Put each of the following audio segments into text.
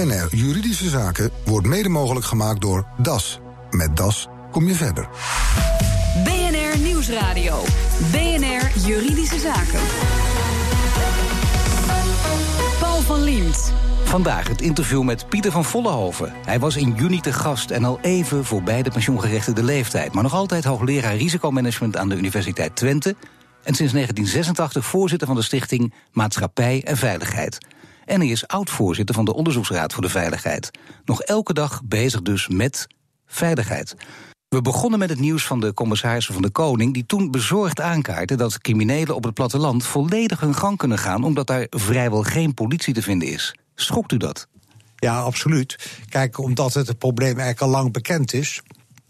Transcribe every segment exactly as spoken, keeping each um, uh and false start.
N R Juridische Zaken wordt mede mogelijk gemaakt door D A S. Met D A S kom je verder. B N R Nieuwsradio. B N R Juridische Zaken. Paul van Liemt. Vandaag het interview met Pieter van Vollenhoven. Hij was in juni te gast en al even voorbij de pensioengerechtigde leeftijd, maar nog altijd hoogleraar risicomanagement aan de Universiteit Twente en sinds negentien zesentachtig voorzitter van de Stichting Maatschappij en Veiligheid. En hij is oud-voorzitter van de Onderzoeksraad voor de Veiligheid. Nog elke dag bezig dus met veiligheid. We begonnen met het nieuws van de commissarissen van de Koning, die toen bezorgd aankaarten dat criminelen op het platteland volledig hun gang kunnen gaan, omdat daar vrijwel geen politie te vinden is. Schokt u dat? Ja, absoluut. Kijk, omdat het, het probleem eigenlijk al lang bekend is.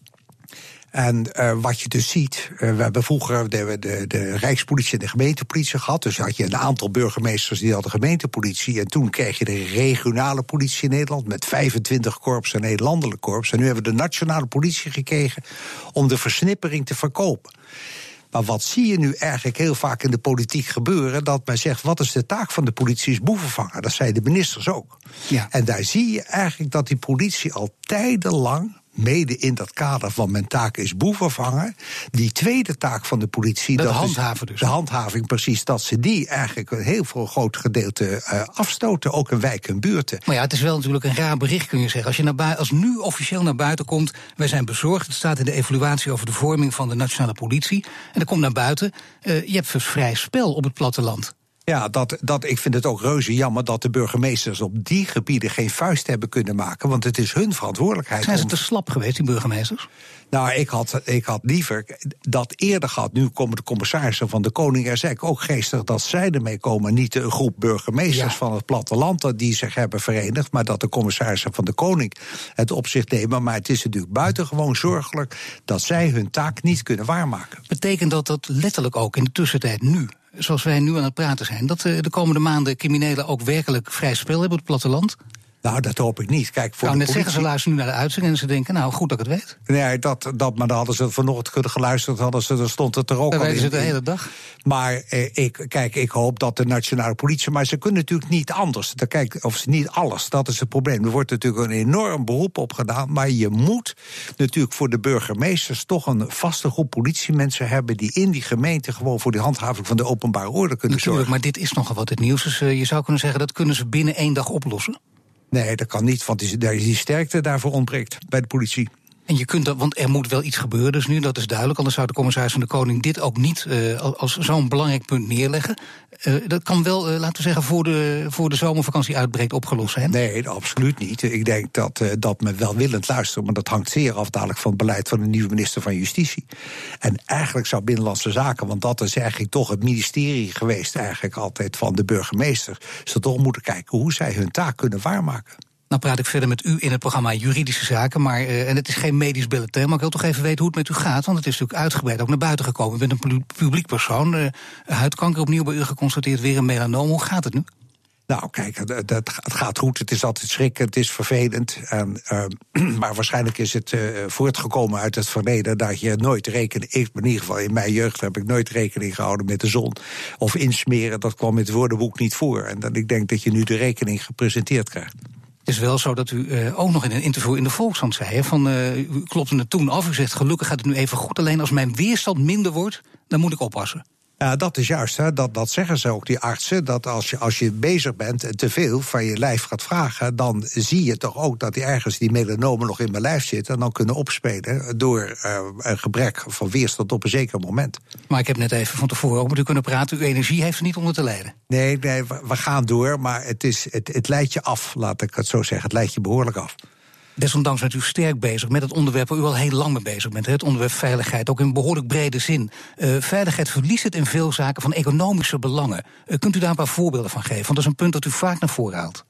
En uh, wat je dus ziet, uh, we hebben vroeger de, de, de Rijkspolitie en de gemeentepolitie gehad. Dus had je een aantal burgemeesters die hadden gemeentepolitie. En toen kreeg je de regionale politie in Nederland met vijfentwintig korps en een landelijk korps. En nu hebben we de nationale politie gekregen om de versnippering te verkopen. Maar wat zie je nu eigenlijk heel vaak in de politiek gebeuren? Dat men zegt, wat is de taak van de politie? Is boeven vangen. Dat zeiden de ministers ook. Ja. En daar zie je eigenlijk dat die politie al tijdenlang, mede in dat kader van mijn taak is boeven vangen, die tweede taak van de politie, dat dat handhaven dus. De handhaving, precies, dat ze die eigenlijk een heel veel groot gedeelte uh, afstoten, ook in wijken en buurten. Maar ja, het is wel natuurlijk een raar bericht, kun je zeggen. Als je naar bui- als nu officieel naar buiten komt, wij zijn bezorgd, het staat in de evaluatie over de vorming van de nationale politie, en dan komt naar buiten, uh, je hebt dus vrij spel op het platteland. Ja, dat, dat, ik vind het ook reuze jammer dat de burgemeesters op die gebieden geen vuist hebben kunnen maken, want het is hun verantwoordelijkheid. Zijn ze om... te slap geweest, die burgemeesters? Nou, ik had, ik had liever dat eerder gehad. Nu komen de commissarissen van de Koning. Er is eigenlijk ook geestig dat zij ermee komen. Niet een groep burgemeesters ja. van het platteland die zich hebben verenigd, maar dat de commissarissen van de Koning het op zich nemen. Maar het is natuurlijk buitengewoon zorgelijk dat zij hun taak niet kunnen waarmaken. Betekent dat dat letterlijk ook in de tussentijd nu, zoals wij nu aan het praten zijn, dat de komende maanden criminelen ook werkelijk vrij spel hebben op het platteland? Nou, dat hoop ik niet. Kijk, voor nou, de net politie... zeggen ze luisteren nu naar de uitzending en ze denken, nou, goed dat ik het weet. Nee, dat, dat, maar dan hadden ze vanochtend kunnen geluisterd, hadden ze, dan stond het er ook al in. Wij weten het de hele dag. Maar eh, ik, kijk, ik hoop dat de nationale politie, maar ze kunnen natuurlijk niet anders. Dan, kijk, of ze niet alles, dat is het probleem. Er wordt natuurlijk een enorm beroep op gedaan, maar je moet natuurlijk voor de burgemeesters toch een vaste groep politiemensen hebben die in die gemeente gewoon voor die handhaving van de openbare orde kunnen natuurlijk, zorgen. Maar dit is nogal wat het nieuws is. Uh, je zou kunnen zeggen, dat kunnen ze binnen één dag oplossen. Nee, dat kan niet, want die, die sterkte daarvoor ontbreekt bij de politie. En je kunt dat, want er moet wel iets gebeuren, dus nu, dat is duidelijk. Anders zou de commissaris van de Koning dit ook niet uh, als zo'n belangrijk punt neerleggen. Uh, dat kan wel, uh, laten we zeggen, voor de, voor de zomervakantie uitbreekt opgelost zijn. Nee, absoluut niet. Ik denk dat, uh, dat men welwillend luistert, maar dat hangt zeer af dadelijk van het beleid van de nieuwe minister van Justitie. En eigenlijk zou Binnenlandse Zaken, want dat is eigenlijk toch het ministerie geweest, eigenlijk altijd van de burgemeester, ze toch moeten kijken hoe zij hun taak kunnen waarmaken. Nou praat ik verder met u in het programma Juridische Zaken, maar, uh, en het is geen medisch bulletin, maar ik wil toch even weten hoe het met u gaat, want het is natuurlijk uitgebreid ook naar buiten gekomen. U bent een publiek persoon, uh, huidkanker opnieuw bij u geconstateerd, weer een melanoom. Hoe gaat het nu? Nou, kijk, het, het gaat goed. Het is altijd schrikken, het is vervelend. En, uh, maar waarschijnlijk is het uh, voortgekomen uit het verleden dat je nooit rekening... Ik, in ieder geval in mijn jeugd heb ik nooit rekening gehouden met de zon. Of insmeren, dat kwam in het woordenboek niet voor. En dat, ik denk dat je nu de rekening gepresenteerd krijgt. Het is wel zo dat u uh, ook nog in een interview in de Volkskrant zei, hè, van, uh, u klopte het toen af, u zegt gelukkig gaat het nu even goed, alleen als mijn weerstand minder wordt, dan moet ik oppassen. Ja, dat is juist, hè. Dat, dat zeggen ze ook, die artsen, dat als je, als je bezig bent en te veel van je lijf gaat vragen, dan zie je toch ook dat die ergens die melanomen nog in mijn lijf zitten en dan kunnen opspelen door uh, een gebrek van weerstand op een zeker moment. Maar ik heb net even van tevoren ook met u kunnen praten, uw energie heeft er niet onder te lijden. Nee, nee, we gaan door, maar het, is, het, het leidt je af, laat ik het zo zeggen. Het leidt je behoorlijk af. Desondanks bent u sterk bezig met het onderwerp waar u al heel lang mee bezig bent. Het onderwerp veiligheid, ook in een behoorlijk brede zin. Uh, veiligheid verliest het in veel zaken van economische belangen. Uh, kunt u daar een paar voorbeelden van geven? Want dat is een punt dat u vaak naar voren haalt.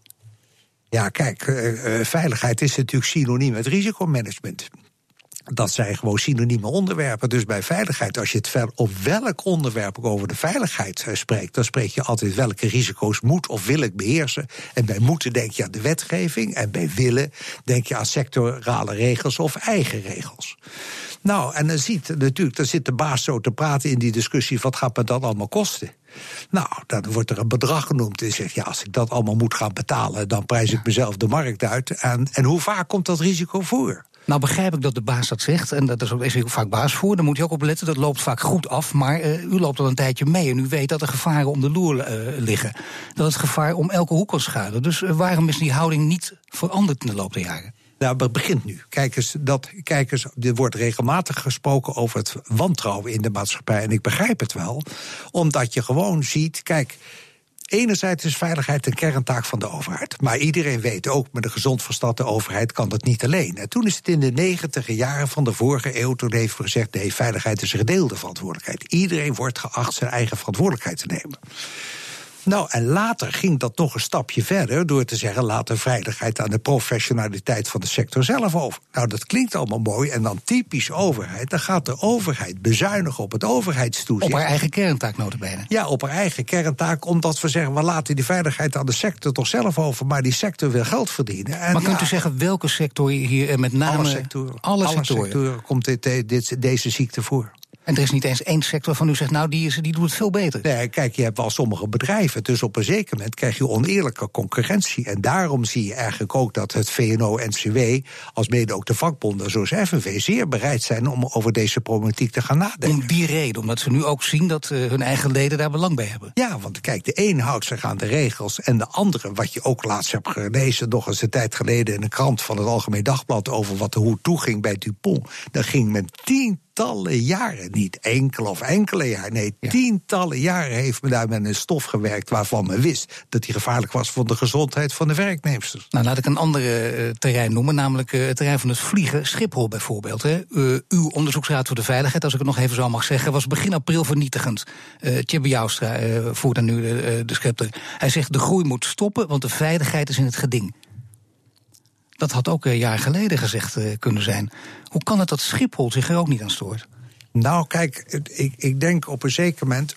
Ja, kijk, uh, uh, veiligheid is natuurlijk synoniem met risicomanagement. Dat zijn gewoon synonieme onderwerpen. Dus bij veiligheid, als je het ver op welk onderwerp ook over de veiligheid spreekt, dan spreek je altijd welke risico's moet of wil ik beheersen. En bij moeten denk je aan de wetgeving. En bij willen denk je aan sectorale regels of eigen regels. Nou, en dan ziet natuurlijk, dan zit de baas zo te praten in die discussie, wat gaat me dat allemaal kosten? Nou, dan wordt er een bedrag genoemd. En zegt, ja, als ik dat allemaal moet gaan betalen, dan prijs ik mezelf de markt uit. En, en hoe vaak komt dat risico voor? Nou begrijp ik dat de baas dat zegt, en dat is ook heel vaak baas voor. Daar moet je ook op letten, dat loopt vaak goed af. Maar uh, u loopt al een tijdje mee en u weet dat er gevaren om de loer uh, liggen. Dat het gevaar om elke hoek kan schuilen. Dus uh, waarom is die houding niet veranderd in de loop der jaren? Nou, het begint nu. Kijk eens, dat, kijk eens, er wordt regelmatig gesproken over het wantrouwen in de maatschappij. En ik begrijp het wel, omdat je gewoon ziet, kijk, enerzijds is veiligheid een kerntaak van de overheid. Maar iedereen weet ook, met een gezond verstand, de overheid kan dat niet alleen. En toen is het in de negentiger jaren van de vorige eeuw, toen heeft gezegd, nee, veiligheid is een gedeelde verantwoordelijkheid. Iedereen wordt geacht zijn eigen verantwoordelijkheid te nemen. Nou, en later ging dat nog een stapje verder door te zeggen, laat de veiligheid aan de professionaliteit van de sector zelf over. Nou, dat klinkt allemaal mooi en dan typisch overheid. Dan gaat de overheid bezuinigen op het overheidstoezicht. Op haar eigen kerntaak nota bene. Ja, op haar eigen kerntaak, omdat we zeggen, we laten die veiligheid aan de sector toch zelf over, maar die sector wil geld verdienen. En maar ja, kunt u zeggen welke sector hier met name... Alle sectoren. Alle, alle sectoren. sectoren komt dit, dit, deze ziekte voor. En er is niet eens één sector van u zegt, nou, die, is, die doet het veel beter. Nee, kijk, je hebt wel sommige bedrijven, dus op een zeker moment krijg je oneerlijke concurrentie. En daarom zie je eigenlijk ook dat het V N O N C W, als mede ook de vakbonden zoals F N V, zeer bereid zijn om over deze problematiek te gaan nadenken. Om die reden, omdat ze nu ook zien dat uh, hun eigen leden daar belang bij hebben. Ja, want kijk, de een houdt zich aan de regels en de andere, wat je ook laatst hebt gelezen, nog eens een tijd geleden in een krant van het Algemeen Dagblad over wat er hoe toeging bij Dupont, dan ging men tien tientallen jaren, niet enkel of enkele jaren, nee, ja. tientallen jaren heeft men daar met een stof gewerkt waarvan men wist dat die gevaarlijk was voor de gezondheid van de werknemers. Nou, laat ik een ander uh, terrein noemen, namelijk uh, het terrein van het vliegen. Schiphol bijvoorbeeld. Hè. Uh, uw onderzoeksraad voor de veiligheid, als ik het nog even zo mag zeggen, was begin april vernietigend. Uh, Tjibbe Joustra uh, voert dan nu uh, de scepter. Hij zegt, de groei moet stoppen, want de veiligheid is in het geding. Dat had ook een jaar geleden gezegd uh, kunnen zijn. Hoe kan het dat Schiphol zich er ook niet aan stoort? Nou, kijk, ik, ik denk op een zeker moment.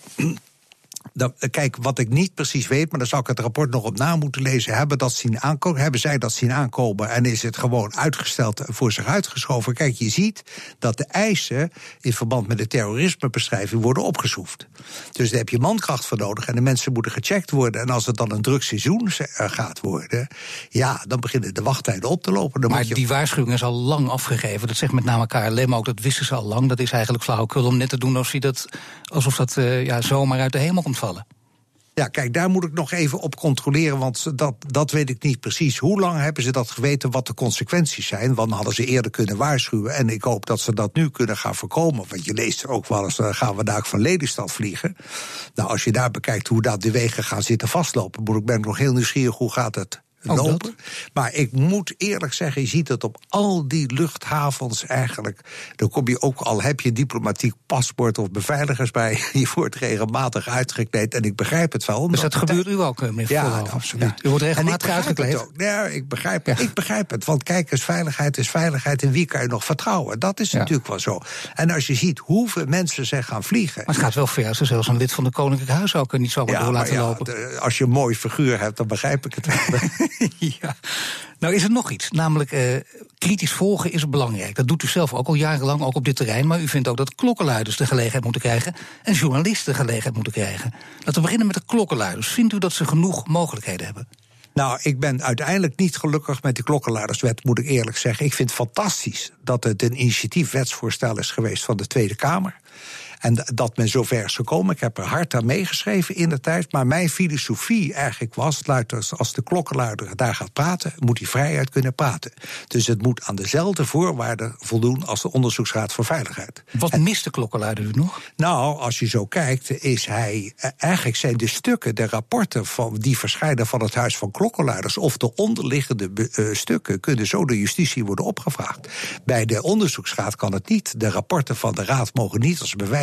Dat, kijk, wat ik niet precies weet, maar daar zou ik het rapport nog op na moeten lezen. Hebben, dat zien aankomen, hebben zij dat zien aankomen en is het gewoon uitgesteld voor zich uitgeschoven? Kijk, je ziet dat de eisen in verband met de terrorismebestrijding worden opgeschroefd. Dus daar heb je mankracht voor nodig en de mensen moeten gecheckt worden. En als het dan een druk seizoen gaat worden, ja, dan beginnen de wachttijden op te lopen. Dan maar moet je... die waarschuwing is al lang afgegeven. Dat zegt met name K L M ook, dat wisten ze al lang. Dat is eigenlijk flauwekul om net te doen alsof dat, alsof dat uh, ja, zomaar uit de hemel komt vallen. Ja, kijk, daar moet ik nog even op controleren, want dat, dat weet ik niet precies. Hoe lang hebben ze dat geweten, wat de consequenties zijn? Want dan hadden ze eerder kunnen waarschuwen. En ik hoop dat ze dat nu kunnen gaan voorkomen. Want je leest er ook wel eens, dan gaan we daar van Lelystad vliegen. Nou, als je daar bekijkt hoe dat de wegen gaan zitten vastlopen, moet ik ben nog heel nieuwsgierig, hoe gaat het lopen. Oh, maar ik moet eerlijk zeggen, je ziet het op al die luchthavens eigenlijk. Dan kom je ook, al heb je diplomatiek paspoort of beveiligers bij, je wordt regelmatig uitgekleed. En ik begrijp het wel. Dus dat gebeurt u ook, meneer Ja, Vollenhoven. absoluut. Ja, u wordt regelmatig uitgekleed. Ja, ik begrijp het. Ja. Ik begrijp het. Want kijk eens, veiligheid is veiligheid. En wie kan je nog vertrouwen? Dat is ja. natuurlijk wel zo. En als je ziet hoeveel mensen zijn gaan vliegen. Maar het gaat wel ver. Ze zelfs een lid van de Koninklijk Huis ook niet zomaar ja, door laten ja, lopen. De, als je een mooi figuur hebt, dan begrijp ik het wel. Ja. Nou is er nog iets, namelijk uh, kritisch volgen is belangrijk. Dat doet u zelf ook al jarenlang, ook op dit terrein. Maar u vindt ook dat klokkenluiders de gelegenheid moeten krijgen en journalisten de gelegenheid moeten krijgen. Laten we beginnen met de klokkenluiders. Vindt u dat ze genoeg mogelijkheden hebben? Nou, ik ben uiteindelijk niet gelukkig met die klokkenluiderswet, moet ik eerlijk zeggen. Ik vind het fantastisch dat het een initiatiefwetsvoorstel is geweest van de Tweede Kamer. En dat men zover is gekomen. Ik heb er hard aan meegeschreven in de tijd. Maar mijn filosofie eigenlijk was, als de klokkenluider daar gaat praten, moet hij vrijheid kunnen praten. Dus het moet aan dezelfde voorwaarden voldoen als de Onderzoeksraad voor Veiligheid. Wat en, mist de klokkenluider u nog? Nou, als je zo kijkt, is hij. Eigenlijk zijn de stukken, de rapporten van, die verschijnen van het Huis van Klokkenluiders, of de onderliggende uh, stukken, kunnen zo door justitie worden opgevraagd. Bij de Onderzoeksraad kan het niet. De rapporten van de Raad mogen niet als bewijs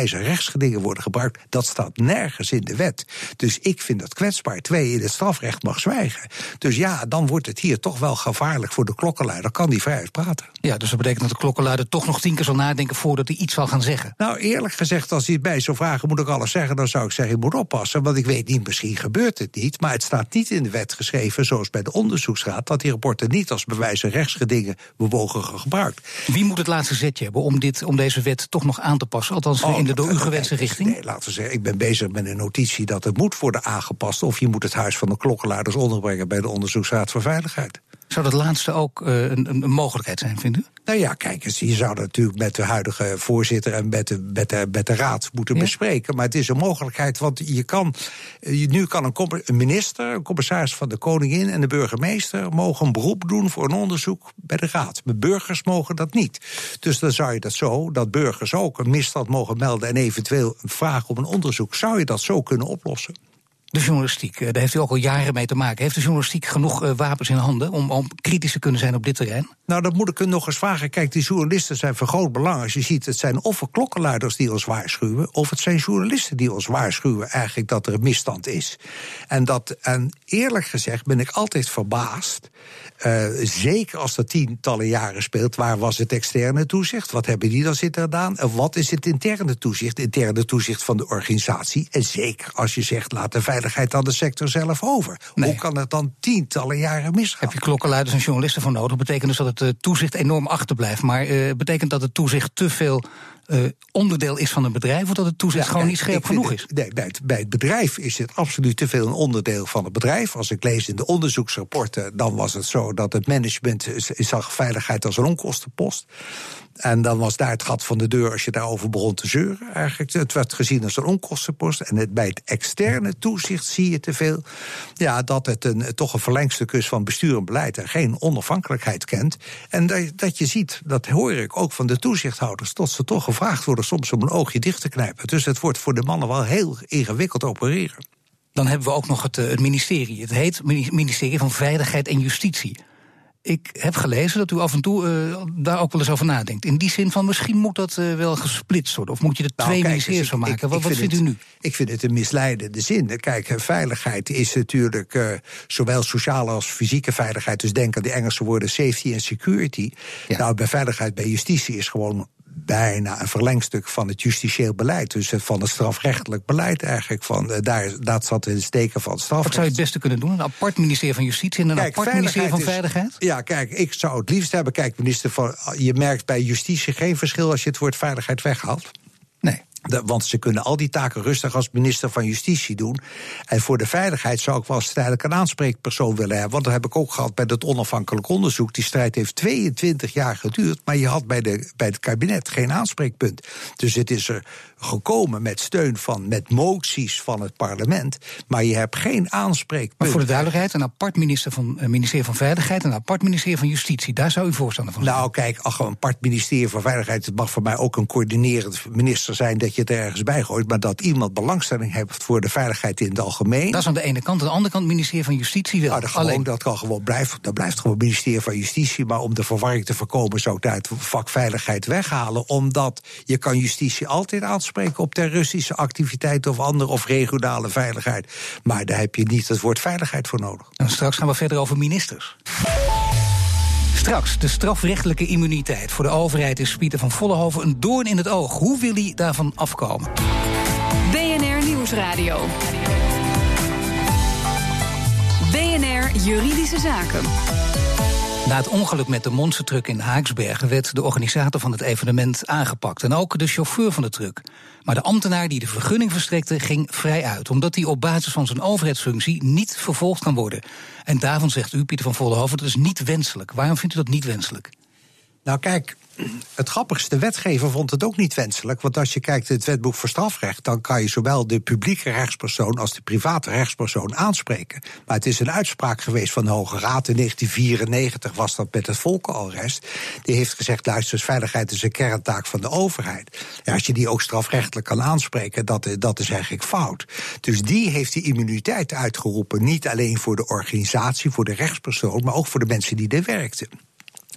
bewijzen rechtsgedingen worden gebruikt. Dat staat nergens in de wet. Dus ik vind dat kwetsbaar. Twee, in het strafrecht mag zwijgen. Dus ja, dan wordt het hier toch wel gevaarlijk voor de klokkenluider. Kan die vrijheid praten. Ja, dus dat betekent dat de klokkenluider toch nog tien keer zal nadenken voordat hij iets zal gaan zeggen. Nou, eerlijk gezegd, als hij het mij zou vragen, moet ik alles zeggen, dan zou ik zeggen, je moet oppassen. Want ik weet niet, misschien gebeurt het niet. Maar het staat niet in de wet geschreven, zoals bij de onderzoeksraad, dat die rapporten niet als bewijs en rechtsgedingen bewogen gebruikt. Wie moet het laatste zetje hebben om, dit, om deze wet toch nog aan te passen? Althans oh, in de door u gewenste richting? Nee, laten we zeggen, ik ben bezig met een notitie dat het moet worden aangepast. Of je moet het huis van de klokkenluiders onderbrengen bij de Onderzoeksraad voor Veiligheid. Zou dat laatste ook uh, een, een mogelijkheid zijn, vindt u? Nou ja, kijk eens, je zou dat natuurlijk met de huidige voorzitter en met de, met de, met de raad moeten ja. bespreken. Maar het is een mogelijkheid, want je kan, nu kan een, een minister, een commissaris van de koningin en de burgemeester mogen een beroep doen voor een onderzoek bij de raad. Maar burgers mogen dat niet. Dus dan zou je dat zo, dat burgers ook een misstand mogen melden en eventueel vragen om een onderzoek, zou je dat zo kunnen oplossen. De journalistiek, daar heeft u ook al jaren mee te maken. Heeft de journalistiek genoeg uh, wapens in handen om, om kritisch te kunnen zijn op dit terrein? Nou, dat moet ik u nog eens vragen. Kijk, die journalisten zijn van groot belang. Als je ziet, het zijn of klokkenluiders die ons waarschuwen, of het zijn journalisten die ons waarschuwen eigenlijk dat er een misstand is. En, dat, en eerlijk gezegd ben ik altijd verbaasd, uh, zeker als dat tientallen jaren speelt, waar was het externe toezicht? Wat hebben die dan zitten gedaan? En wat is het interne toezicht? Interne toezicht van de organisatie. En zeker als je zegt, laat de veiligheid aan de sector zelf over. Nee. Hoe kan het dan tientallen jaren misgaan? Heb je klokkenluiders en journalisten voor nodig? Betekent dus dat het uh, toezicht enorm achterblijft. Maar uh, betekent dat het toezicht te veel uh, onderdeel is van een bedrijf, of dat het toezicht ja, gewoon niet scherp genoeg het, is? Nee, bij het, bij het bedrijf is het absoluut te veel een onderdeel van het bedrijf. Als ik lees in de onderzoeksrapporten, dan was het zo dat het management zag veiligheid als een onkostenpost. En dan was daar het gat van de deur als je daarover begon te zeuren. Eigenlijk, het werd gezien als een onkostenpost. En het, bij het externe toezicht zie je te veel, ja, dat het een, toch een verlengstuk is van bestuur en beleid en geen onafhankelijkheid kent. En dat, dat je ziet, dat hoor ik ook van de toezichthouders, tot ze toch gevraagd worden soms om een oogje dicht te knijpen. Dus het wordt voor de mannen wel heel ingewikkeld opereren. Dan hebben we ook nog het, het ministerie. Het heet Ministerie van Veiligheid en Justitie. Ik heb gelezen dat u af en toe uh, daar ook wel eens over nadenkt. In die zin van, misschien moet dat uh, wel gesplitst worden. Of moet je er nou, twee kijk, ministeries van maken? Ik, ik, wat wat vindt u nu? Ik vind het een misleidende zin. Kijk, veiligheid is natuurlijk uh, zowel sociale als fysieke veiligheid. Dus denk aan de Engelse woorden safety en security. Ja. Nou, bij veiligheid bij justitie is gewoon bijna een verlengstuk van het justitieel beleid. Dus van het strafrechtelijk beleid eigenlijk. Van, uh, daar, dat zat in het steken van het strafrecht. Wat zou je het beste kunnen doen? Een apart ministerie van Justitie en een kijk, apart ministerie van is, Veiligheid? Ja, kijk, ik zou het liefst hebben. Kijk, minister van, je merkt bij justitie geen verschil als je het woord veiligheid weghaalt. Nee. De, want ze kunnen al die taken rustig als minister van Justitie doen. En voor de veiligheid zou ik wel eens tijdelijk een aanspreekpersoon willen hebben. Want dat heb ik ook gehad bij dat onafhankelijk onderzoek. Die strijd heeft tweeëntwintig jaar geduurd. Maar je had bij, de, bij het kabinet geen aanspreekpunt. Dus het is er gekomen met steun van, met moties van het parlement. Maar je hebt geen aanspreekpunt. Maar voor de duidelijkheid, een apart minister van, uh, ministerie van Veiligheid en een apart ministerie van Justitie. Daar zou u voorstander van zijn? Nou kijk, ach, een apart ministerie van Veiligheid, het mag voor mij ook een coördinerend minister zijn dat je het ergens bij gooit, maar dat iemand belangstelling heeft voor de veiligheid in het algemeen. Dat is aan de ene kant. Aan de andere kant, het ministerie van Justitie wel. Nou, dat, gewoon, Alleen... dat kan gewoon blijven. Dat blijft gewoon het ministerie van Justitie. Maar om de verwarring te voorkomen zou ik daar het vak veiligheid weghalen. Omdat je kan justitie altijd aanspreken op terroristische activiteiten of andere of regionale veiligheid. Maar daar heb je niet het woord veiligheid voor nodig. En straks gaan we verder over ministers. Straks, de strafrechtelijke immuniteit voor de overheid is Pieter van Vollenhoven een doorn in het oog. Hoe wil hij daarvan afkomen? B N R Nieuwsradio. B N R Juridische Zaken. Na het ongeluk met de monstertruck in Haaksbergen werd de organisator van het evenement aangepakt. En ook de chauffeur van de truck. Maar de ambtenaar die de vergunning verstrekte ging vrij uit, omdat hij op basis van zijn overheidsfunctie niet vervolgd kan worden. En daarvan zegt u, Pieter van Vollenhoven, dat is niet wenselijk. Waarom vindt u dat niet wenselijk? Nou kijk, het grappigste, de wetgever vond het ook niet wenselijk. Want als je kijkt in het wetboek voor strafrecht, dan kan je zowel de publieke rechtspersoon als de private rechtspersoon aanspreken. Maar het is een uitspraak geweest van de Hoge Raad. In negentien vierennegentig was dat met het volkenarrest. Die heeft gezegd, luister, veiligheid is een kerntaak van de overheid. Ja, als je die ook strafrechtelijk kan aanspreken, dat, dat is eigenlijk fout. Dus die heeft die immuniteit uitgeroepen. Niet alleen voor de organisatie, voor de rechtspersoon, maar ook voor de mensen die er werkten.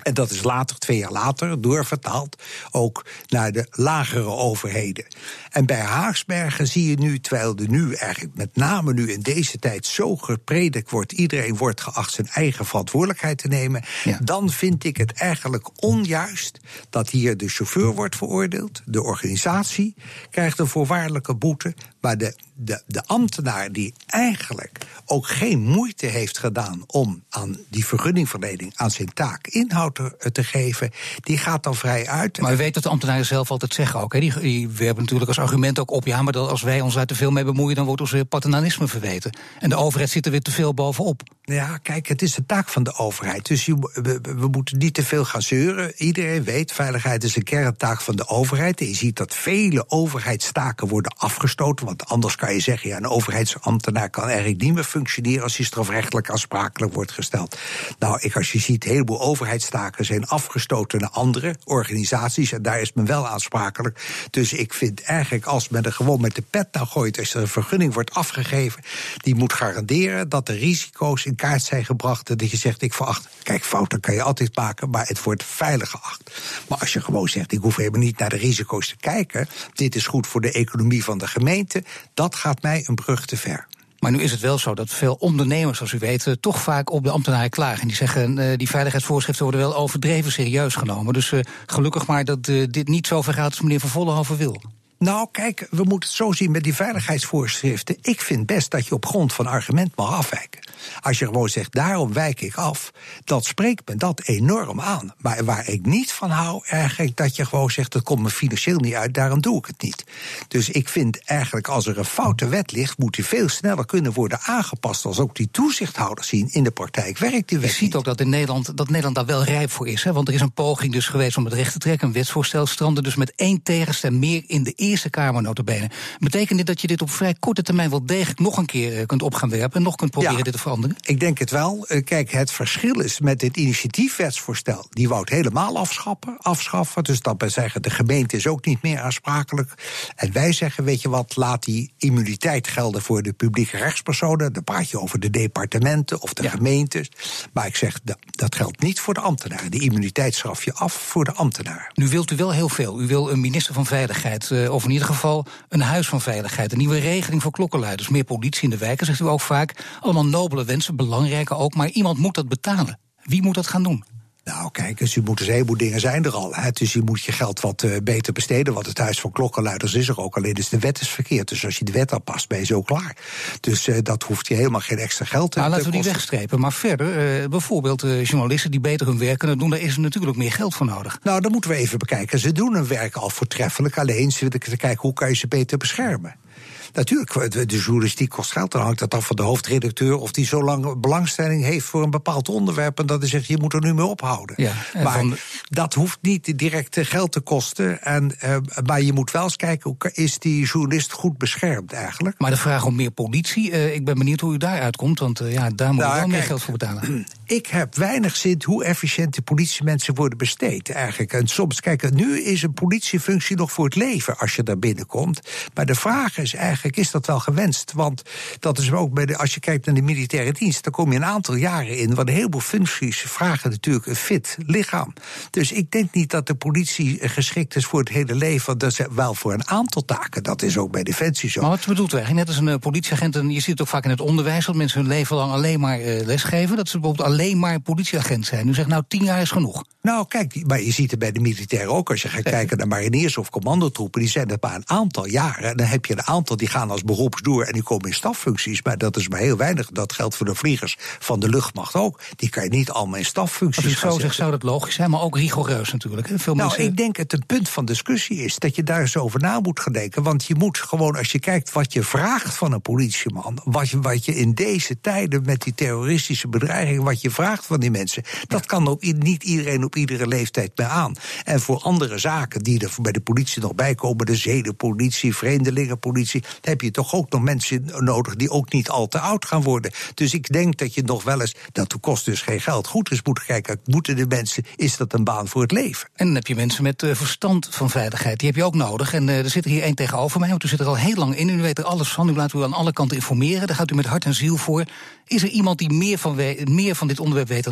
En dat is later, twee jaar later, doorvertaald ook naar de lagere overheden. En bij Haaksbergen zie je nu, terwijl er nu eigenlijk met name nu in deze tijd zo gepredikt wordt, iedereen wordt geacht zijn eigen verantwoordelijkheid te nemen, ja. Dan vind ik het eigenlijk onjuist dat hier de chauffeur wordt veroordeeld, de organisatie krijgt een voorwaardelijke boete, maar de, de, de ambtenaar die eigenlijk ook geen moeite heeft gedaan om aan die vergunningverlening, aan zijn taak inhoud te, te geven, die gaat dan vrij uit. Maar u weet dat de ambtenaren zelf altijd zeggen ook, hè? Die, die werpen natuurlijk als argument ook op, ja, maar dat als wij ons daar te veel mee bemoeien, dan wordt ons weer paternalisme verweten. En de overheid zit er weer te veel bovenop. Ja, kijk, het is de taak van de overheid. Dus je, we, we moeten niet te veel gaan zeuren. Iedereen weet, veiligheid is een kerntaak van de overheid. En je ziet dat vele overheidstaken worden afgestoten. Want anders kan je zeggen, ja, een overheidsambtenaar kan eigenlijk niet meer functioneren als hij strafrechtelijk aansprakelijk wordt gesteld. Nou, ik, als je ziet, een heleboel overheidstaken zijn afgestoten naar andere organisaties. En daar is men wel aansprakelijk. Dus ik vind eigenlijk, als men er gewoon met de pet naar gooit, als er een vergunning wordt afgegeven, die moet garanderen dat de risico's in kaart zijn gebracht. En dat je zegt, ik veracht. Kijk, fouten kan je altijd maken, maar het wordt veilig geacht. Maar als je gewoon zegt, ik hoef helemaal niet naar de risico's te kijken, dit is goed voor de economie van de gemeente, dat gaat mij een brug te ver. Maar nu is het wel zo dat veel ondernemers, zoals u weet, toch vaak op de ambtenaren klagen. En die zeggen, uh, die veiligheidsvoorschriften worden wel overdreven serieus genomen. Dus uh, gelukkig maar dat uh, dit niet zo ver gaat als meneer Van Vollenhoven wil. Nou, kijk, we moeten het zo zien met die veiligheidsvoorschriften. Ik vind best dat je op grond van argument mag afwijken. Als je gewoon zegt, daarom wijk ik af, dan spreekt me dat enorm aan. Maar waar ik niet van hou, eigenlijk dat je gewoon zegt, dat komt me financieel niet uit, daarom doe ik het niet. Dus ik vind eigenlijk, als er een foute wet ligt, moet die veel sneller kunnen worden aangepast, als ook die toezichthouders zien. In de praktijk werkt die wet. Je ziet ook dat in Nederland, dat Nederland daar wel rijp voor is. Hè? Want er is een poging dus geweest om het recht te trekken, een wetsvoorstel strandde dus met één tegenstem meer in de Eerste Kamer nota bene. Betekent dit dat je dit op vrij korte termijn wel degelijk nog een keer kunt op gaan werpen en nog kunt proberen ja, dit te veranderen? Ik denk het wel. Kijk, het verschil is met dit initiatiefwetsvoorstel, die wou het helemaal afschaffen. afschaffen dus dat wij zeggen, de gemeente is ook niet meer aansprakelijk. En wij zeggen, weet je wat, laat die immuniteit gelden voor de publieke rechtspersonen. Dan praat je over de departementen of de ja. gemeentes. Maar ik zeg, dat, dat geldt niet voor de ambtenaren. Die immuniteit schaf je af voor de ambtenaren. Nu wilt u wel heel veel. U wil een minister van Veiligheid, uh, of in ieder geval een huis van veiligheid, een nieuwe regeling voor klokkenluiders, meer politie in de wijken, zegt u ook vaak. Allemaal nobele wensen, belangrijke ook, maar iemand moet dat betalen. Wie moet dat gaan doen? Nou, kijk eens, u moet dus een heleboel dingen zijn er al. Hè. Dus je moet je geld wat uh, beter besteden, want het huis van klokkenluiders is er ook. Alleen dus de wet is verkeerd. Dus als je de wet aanpast, ben je zo klaar. Dus uh, dat hoeft je helemaal geen extra geld te nou, kosten. laten we die wegstrepen. Maar verder, uh, bijvoorbeeld uh, journalisten die beter hun werk kunnen doen, daar is er natuurlijk meer geld voor nodig. Nou, dan moeten we even bekijken. Ze doen hun werk al voortreffelijk. Alleen ze willen kijken, hoe kan je ze beter beschermen? Natuurlijk, de journalistiek kost geld. Dan hangt dat af van de hoofdredacteur of die zo lang belangstelling heeft voor een bepaald onderwerp en dat hij zegt, je moet er nu mee ophouden. Ja, maar van dat hoeft niet direct geld te kosten. En, uh, maar je moet wel eens kijken, hoe is die journalist goed beschermd eigenlijk? Maar de vraag om meer politie, uh, ik ben benieuwd hoe u daar uitkomt, want uh, ja, daar moet nou, je wel kijk, meer geld voor betalen. Ik heb weinig zin hoe efficiënt de politiemensen worden besteed eigenlijk. En soms, kijk, nu is een politiefunctie nog voor het leven als je daar binnenkomt. Maar de vraag is eigenlijk, is dat wel gewenst? Want dat is ook bij de, als je kijkt naar de militaire dienst, dan kom je een aantal jaren in, want een heleboel functies vragen natuurlijk een fit lichaam. Dus ik denk niet dat de politie geschikt is voor het hele leven, want dat is wel voor een aantal taken. Dat is ook bij Defensie zo. Maar wat bedoelt u eigenlijk? Net als een uh, politieagent, en je ziet het ook vaak in het onderwijs, dat mensen hun leven lang alleen maar uh, lesgeven, dat ze bijvoorbeeld alleen maar politieagent zijn. U zegt nou, tien jaar is genoeg. Nou, kijk, maar je ziet het bij de militairen ook. Als je gaat kijken naar mariniers of commandotroepen, die zijn het maar een aantal jaren. Dan heb je een aantal die gaan als beroepsdoer en die komen in staffuncties. Maar dat is maar heel weinig. Dat geldt voor de vliegers van de luchtmacht ook. Die kan je niet allemaal in staffuncties gaan zetten. Als u zo zegt, zou dat logisch zijn, maar ook rigoureus natuurlijk. Hè? Veel nou, mensen... ik denk het een punt van discussie is dat je daar eens over na moet gaan denken. Want je moet gewoon, als je kijkt wat je vraagt van een politieman, wat je, wat je in deze tijden met die terroristische bedreiging, wat je vraagt van die mensen, dat ja. kan ook niet iedereen op iedere leeftijd meer aan. En voor andere zaken die er bij de politie nog bij komen, de zedenpolitie, vreemdelingenpolitie, dan heb je toch ook nog mensen nodig die ook niet al te oud gaan worden. Dus ik denk dat je nog wel eens, dat kost dus geen geld, goed eens moet kijken, moeten de mensen, is dat een baan voor het leven? En dan heb je mensen met uh, verstand van veiligheid, die heb je ook nodig. En uh, er zit er hier één tegenover mij, want u zit er al heel lang in, u weet er alles van, u laat u aan alle kanten informeren, daar gaat u met hart en ziel voor. Is er iemand die meer van, we- meer van dit onderwerp weet dan u?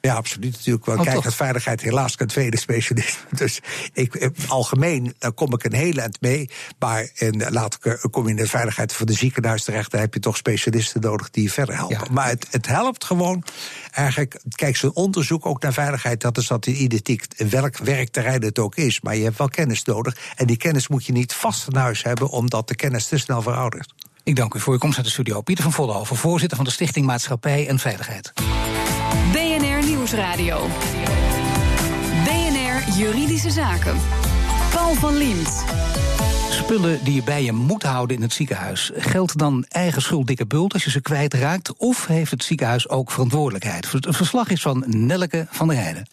Ja, absoluut natuurlijk. Want oh, kijk, toch? het veiligheid helaas kan tweede specialisme. Dus ik, in algemeen uh, kom ik een hele eind mee. Maar in, laat ik, uh, kom je in de veiligheid van de ziekenhuis terecht, dan heb je toch specialisten nodig die je verder helpen. Ja. Maar het, het helpt gewoon. Eigenlijk, kijk, zo'n onderzoek ook naar veiligheid, dat is dat identiek welk werkterrein het ook is. Maar je hebt wel kennis nodig. En die kennis moet je niet vast in huis hebben, omdat de kennis te snel veroudert. Ik dank u voor uw komst naar de studio. Pieter van Vollenhoven, voorzitter van de Stichting Maatschappij en Veiligheid. B N R Nieuwsradio. B N R Juridische Zaken. Paul van Liemt. Spullen die je bij je moet houden in het ziekenhuis. Geldt dan eigen schuld dikke bult als je ze kwijtraakt? Of heeft het ziekenhuis ook verantwoordelijkheid? Het verslag is van Nelleke van der Heijden.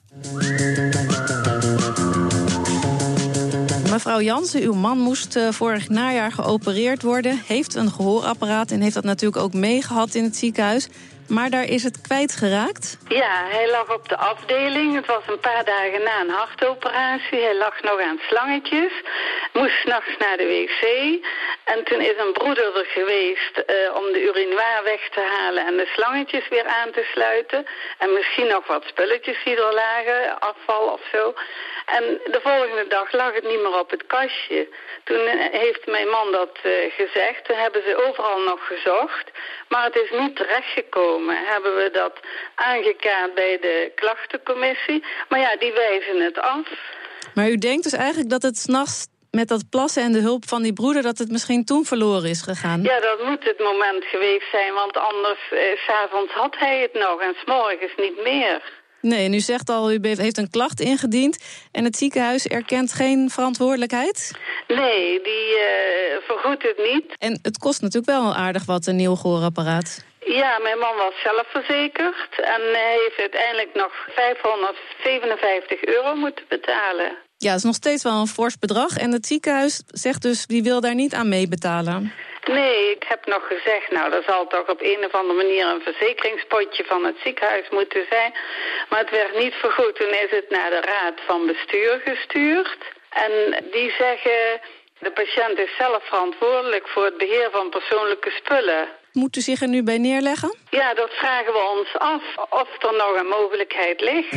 Mevrouw Jansen, uw man moest uh, vorig najaar geopereerd worden. Heeft een gehoorapparaat en heeft dat natuurlijk ook meegehad in het ziekenhuis. Maar daar is het kwijtgeraakt? Ja, hij lag op de afdeling. Het was een paar dagen na een hartoperatie. Hij lag nog aan slangetjes. Moest 's nachts naar de wc. En toen is een broeder er geweest uh, om de urinoir weg te halen en de slangetjes weer aan te sluiten. En misschien nog wat spulletjes die er lagen, afval of zo. En de volgende dag lag het niet meer op het kastje. Toen heeft mijn man dat uh, gezegd. Toen hebben ze overal nog gezocht. Maar het is niet terechtgekomen. Hebben we dat aangekaart bij de klachtencommissie. Maar ja, die wijzen het af. Maar u denkt dus eigenlijk dat het 's nachts met dat plassen en de hulp van die broeder, dat het misschien toen verloren is gegaan? Ja, dat moet het moment geweest zijn. Want anders, uh, 's avonds had hij het nog en 's morgens niet meer. Nee, en u zegt al, u heeft een klacht ingediend en het ziekenhuis erkent geen verantwoordelijkheid? Nee, die uh, vergoedt het niet. En het kost natuurlijk wel aardig wat, een nieuw gehoorapparaat. Ja, mijn man was zelfverzekerd en hij heeft uiteindelijk nog vijfhonderdzevenenvijftig euro moeten betalen. Ja, dat is nog steeds wel een fors bedrag en het ziekenhuis zegt dus, die wil daar niet aan meebetalen. Nee, ik heb nog gezegd, nou, er zal toch op een of andere manier een verzekeringspotje van het ziekenhuis moeten zijn. Maar het werd niet vergoed. Toen is het naar de raad van bestuur gestuurd. En die zeggen, de patiënt is zelf verantwoordelijk voor het beheer van persoonlijke spullen. Moet u zich er nu bij neerleggen? Ja, dat vragen we ons af, of er nog een mogelijkheid ligt.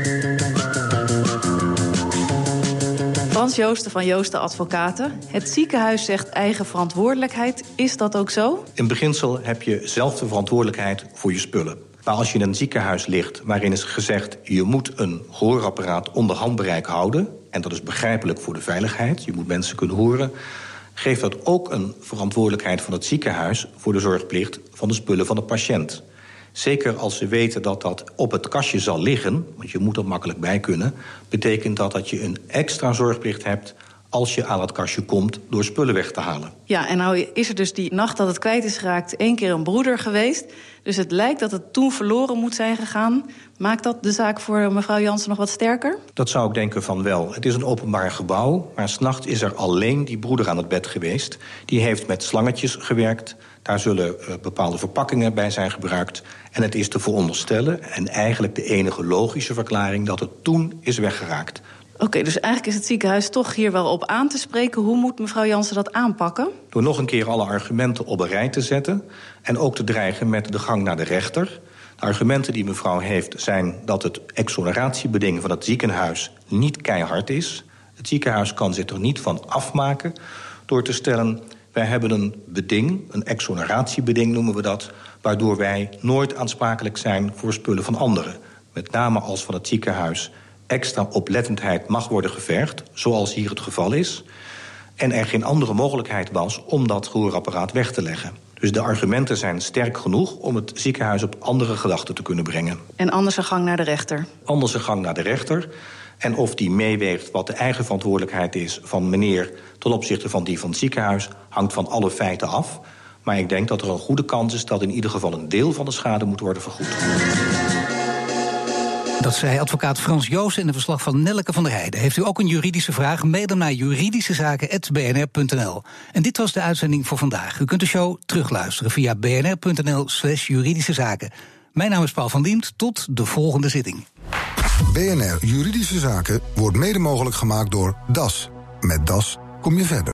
Frans Joosten van Joosten Advocaten. Het ziekenhuis zegt eigen verantwoordelijkheid. Is dat ook zo? In beginsel heb je zelf de verantwoordelijkheid voor je spullen. Maar als je in een ziekenhuis ligt waarin is gezegd, je moet een gehoorapparaat onder handbereik houden, en dat is begrijpelijk voor de veiligheid, je moet mensen kunnen horen, geeft dat ook een verantwoordelijkheid van het ziekenhuis voor de zorgplicht van de spullen van de patiënt. Zeker als ze weten dat dat op het kastje zal liggen, want je moet er makkelijk bij kunnen, betekent dat dat je een extra zorgplicht hebt als je aan het kastje komt door spullen weg te halen. Ja, en nou is er dus die nacht dat het kwijt is geraakt één keer een broeder geweest. Dus het lijkt dat het toen verloren moet zijn gegaan. Maakt dat de zaak voor mevrouw Jansen nog wat sterker? Dat zou ik denken van wel. Het is een openbaar gebouw, maar 's nachts is er alleen die broeder aan het bed geweest. Die heeft met slangetjes gewerkt. Daar zullen uh, bepaalde verpakkingen bij zijn gebruikt. En het is te veronderstellen, en eigenlijk de enige logische verklaring, dat het toen is weggeraakt. Oké, okay, dus eigenlijk is het ziekenhuis toch hier wel op aan te spreken. Hoe moet mevrouw Jansen dat aanpakken? Door nog een keer alle argumenten op een rij te zetten en ook te dreigen met de gang naar de rechter. De argumenten die mevrouw heeft zijn dat het exoneratiebeding van het ziekenhuis niet keihard is. Het ziekenhuis kan zich er niet van afmaken door te stellen, wij hebben een beding, een exoneratiebeding noemen we dat, waardoor wij nooit aansprakelijk zijn voor spullen van anderen. Met name als van het ziekenhuis extra oplettendheid mag worden gevergd, zoals hier het geval is, en er geen andere mogelijkheid was om dat gehoorapparaat weg te leggen. Dus de argumenten zijn sterk genoeg om het ziekenhuis op andere gedachten te kunnen brengen. En anders een gang naar de rechter? Anders een gang naar de rechter. En of die meeweegt wat de eigen verantwoordelijkheid is van meneer ten opzichte van die van het ziekenhuis, hangt van alle feiten af. Maar ik denk dat er een goede kans is dat in ieder geval een deel van de schade moet worden vergoed. Dat zei advocaat Frans Joosten in een verslag van Nelleke van der Heijden. Heeft u ook een juridische vraag? Mail dan naar juridischezaken apenstaartje b n r punt n l. En dit was de uitzending voor vandaag. U kunt de show terugluisteren via bnr.nl slash juridische zaken. Mijn naam is Paul van Liemt. Tot de volgende zitting. B N R Juridische Zaken wordt mede mogelijk gemaakt door D A S. Met D A S kom je verder.